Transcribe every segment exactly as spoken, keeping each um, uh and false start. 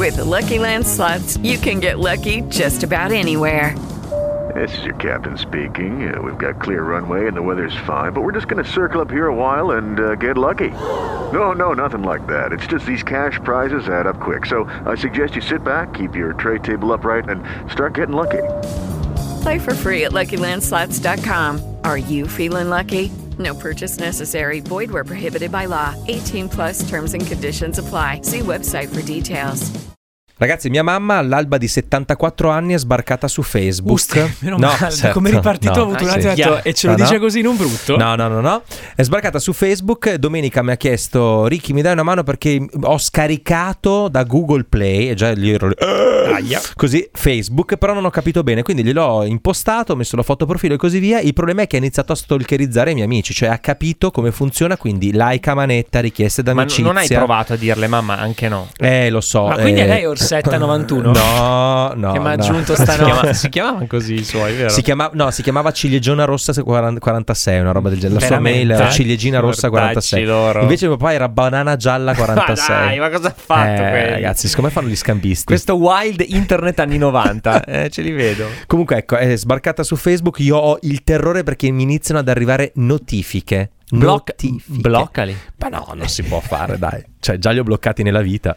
With the Lucky Land Slots, you can get lucky just about anywhere. This is your captain speaking. Uh, we've got clear runway and the weather's fine, but we're just going to circle up here a while and uh, get lucky. No, no, nothing like that. It's just these cash prizes add up quick. So I suggest you sit back, keep your tray table upright, and start getting lucky. Play for free at Lucky Land Slots dot com. Are you feeling lucky? No purchase necessary. Void where prohibited by law. eighteen plus terms and conditions apply. See website for details. Ragazzi, mia mamma all'alba di settantaquattro anni è sbarcata su Facebook. Uste, meno no, male, certo, come ripartito no. ho avuto Ah, un attimo sì. e detto, e ce lo No, dice no. così non brutto? No, no, no, no. È sbarcata su Facebook. Domenica mi ha chiesto: Ricky, mi dai una mano perché ho scaricato da Google Play, e già lì ero lì, Aia. così, Facebook, però non ho capito bene, quindi gliel'ho impostato, ho messo la foto profilo e così via. Il problema è che ha iniziato a stalkerizzare i miei amici, cioè ha capito come funziona, quindi like a manetta, richieste Ma d'amicizia. non hai provato a dirle mamma? Anche no. Eh, lo so. Ma quindi eh... è lei Orsetta novantuno? No, no. Che mi ha no. aggiunto Si, stanotte. chiama, si chiamavano così i suoi, vero? Si chiama, no, si chiamava Ciliegina Rossa quarantasei, una roba del genere. La sua Veramente? mail era Ciliegina Rossa quarantasei. Loro. Invece mio papà era Banana Gialla quarantasei. Ma dai, ma cosa ha fatto eh, quello? ragazzi, siccome fanno gli scambisti. Questo wild internet anni novanta, eh, ce li vedo. Comunque ecco, è sbarcata su Facebook. Io ho il terrore perché mi iniziano ad arrivare notifiche. Bloc- notifiche. bloccali. Ma no, non si può fare, dai. Cioè, già li ho bloccati nella vita.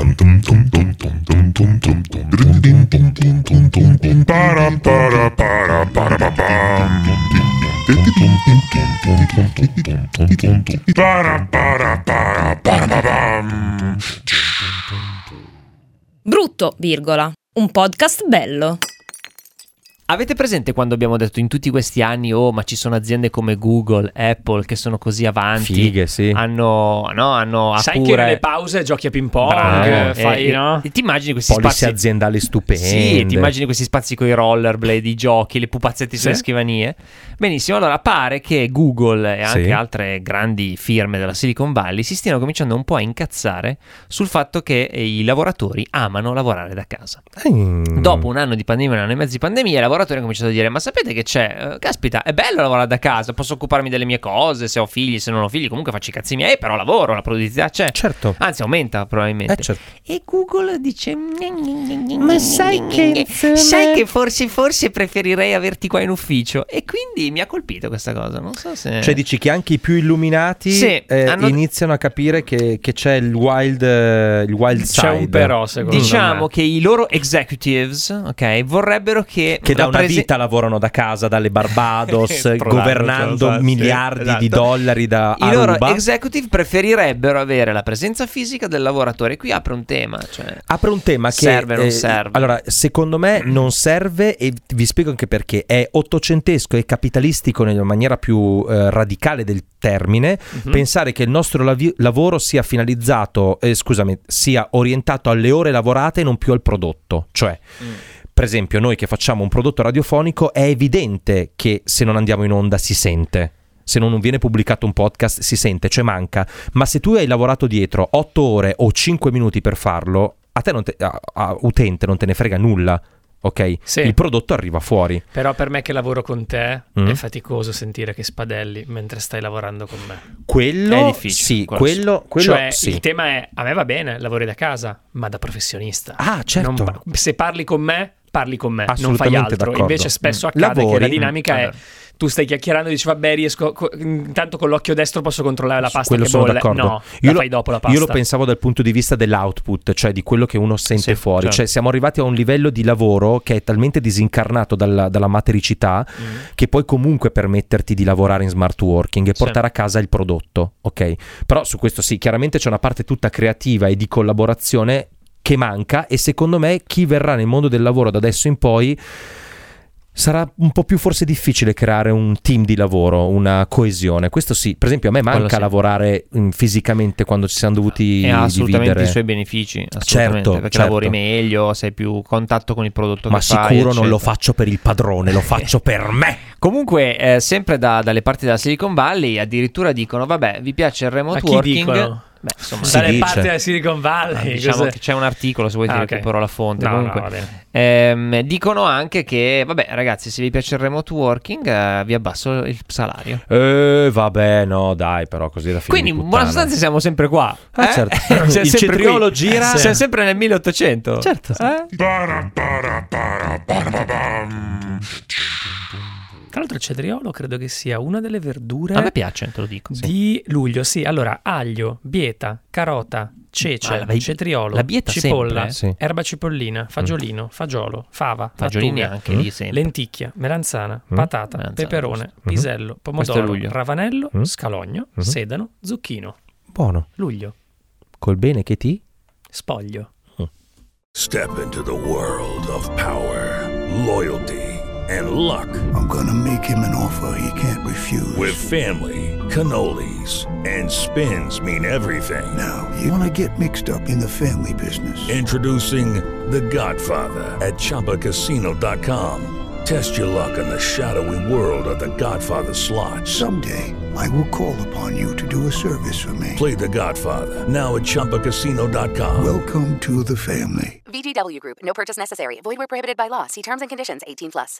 Brutto, virgola. Un podcast bello. Avete presente quando abbiamo detto in tutti questi anni, oh, ma ci sono aziende come Google, Apple che sono così avanti, Fighe, sì. hanno, no, hanno a Sai cure. che nelle pause giochi a ping pong, Bravo. fai, e, no? e ti immagini questi Policy spazi aziendali stupende. Sì, ti immagini questi spazi con i rollerblade, i giochi, le pupazzetti sulle Sì. scrivanie. Benissimo, allora pare che Google e anche Sì. altre grandi firme della Silicon Valley si stiano cominciando un po' a incazzare sul fatto che i lavoratori amano lavorare da casa. Mm. Dopo un anno di pandemia, un anno e mezzo di pandemia, i lavoratori hanno cominciato a dire: ma sapete che c'è? Uh, caspita, è bello lavorare da casa, posso occuparmi delle mie cose, se ho figli, se non ho figli, comunque faccio i cazzi miei, però lavoro, la produttività c'è. Certo. Anzi, aumenta probabilmente. Eh, certo. E Google dice: Ma sai che sai che forse forse preferirei averti qua in ufficio. E quindi mi ha colpito questa cosa. Non so se Cioè dici che anche i più illuminati Sì, eh, hanno- iniziano a capire che, che c'è il wild, eh, il wild C'è side. un però, secondo diciamo me. che i loro executives, ok, vorrebbero che Che da la una prese- vita lavorano da casa, dalle Barbados, Probabile, governando esatto, miliardi esatto. di dollari da I loro Aruba. executive preferirebbero avere la presenza fisica del lavoratore. Qui apre un tema, cioè Apre un tema che serve o non eh, serve? Allora, secondo me non serve, e vi spiego anche perché. È ottocentesco e capitalistico nella maniera più eh, radicale del termine Mhm. pensare che il nostro lavi- lavoro sia finalizzato, eh, scusami, sia orientato alle ore lavorate e non più al prodotto. Cioè, Mm. per esempio, noi che facciamo un prodotto radiofonico, è evidente che se non andiamo in onda si sente. Se non viene pubblicato un podcast si sente, cioè manca. Ma se tu hai lavorato dietro otto ore o cinque minuti per farlo, a te non te, a, a utente non te ne frega nulla, ok? Sì. Il prodotto arriva fuori. Però per me che lavoro con te Mm. è faticoso sentire che spadelli mentre stai lavorando con me. Quello, È difficile, sì, quello quello, quello Cioè, sì. il tema è, a me va bene, lavori da casa, ma da professionista. Ah, certo. Non pa- se parli con me, parli con me, non fai Assolutamente altro. d'accordo. Invece spesso Mm. accade che Lavori. la dinamica Mm, è allora. tu stai chiacchierando e dici vabbè riesco, co- intanto con l'occhio destro posso controllare la Su pasta quello che sono bolle. d'accordo. No, io la lo, fai dopo la pasta. Io lo pensavo dal punto di vista dell'output, cioè di quello che uno sente Sì, fuori. certo. Cioè siamo arrivati a un livello di lavoro che è talmente disincarnato dalla, dalla matericità Mm. che puoi comunque permetterti di lavorare in smart working e Sì. portare a casa il prodotto, ok? Però su questo sì, chiaramente c'è una parte tutta creativa e di collaborazione che manca, e secondo me chi verrà nel mondo del lavoro da adesso in poi sarà un po' più forse difficile creare un team di lavoro, una coesione. Questo sì, per esempio a me manca Quello sì. lavorare mm, fisicamente quando ci siamo dovuti E ha assolutamente dividere. i suoi benefici, assolutamente, Certo, perché certo. lavori meglio, sei più a contatto con il prodotto Ma che fai, sicuro non lo eccetera. faccio per il padrone, lo faccio per me. Comunque, eh, sempre da- dalle parti della Silicon Valley, addirittura dicono: vabbè, vi piace il remote Ma chi working? dicono? Beh, insomma, Si dalle dice. parti della Silicon Valley. diciamo cos'è? che c'è un articolo, se vuoi Ah, dire, ok. recupero la fonte. No, Comunque, no, va bene. ehm, dicono anche che, vabbè, ragazzi, se vi piace il remote working, eh, vi abbasso il salario. Eh, vabbè, no, dai, però così da fine Quindi, di in buona puttana. sostanza, siamo sempre qua. Ah, eh? certo. Siamo Il sempre cetriolo qui. gira. Siamo sempre nel milleottocento. Certo, sì. Eh? Tra l'altro il cetriolo credo che sia una delle verdure A me piace, te lo dico. di luglio. Sì, allora aglio, bieta, carota, cece, Ma la- cetriolo, la bieta cipolla, sempre, eh? Sì. erba cipollina, fagiolino, fagiolo, fava, Fagiolini lattuga, anche lì sempre. lenticchia, melanzana, Mm. patata, Melanzana, peperone, giusto. pisello, Questo è pomodoro, luglio. ravanello, Mm. scalogno, Mhm. sedano, zucchino. Buono. Luglio, Col bene che ti... spoglio. Step into the world of power, loyalty, and luck. I'm gonna make him an offer he can't refuse. With family, cannolis, and spins mean everything. Now, you wanna get mixed up in the family business. Introducing The Godfather at Chumba Casino dot com. Test your luck in the shadowy world of The Godfather slot. Someday, I will call upon you to do a service for me. Play The Godfather now at Chumba Casino dot com. Welcome to the family. V G W Group. No purchase necessary. Void where prohibited by law. See terms and conditions. eighteen plus.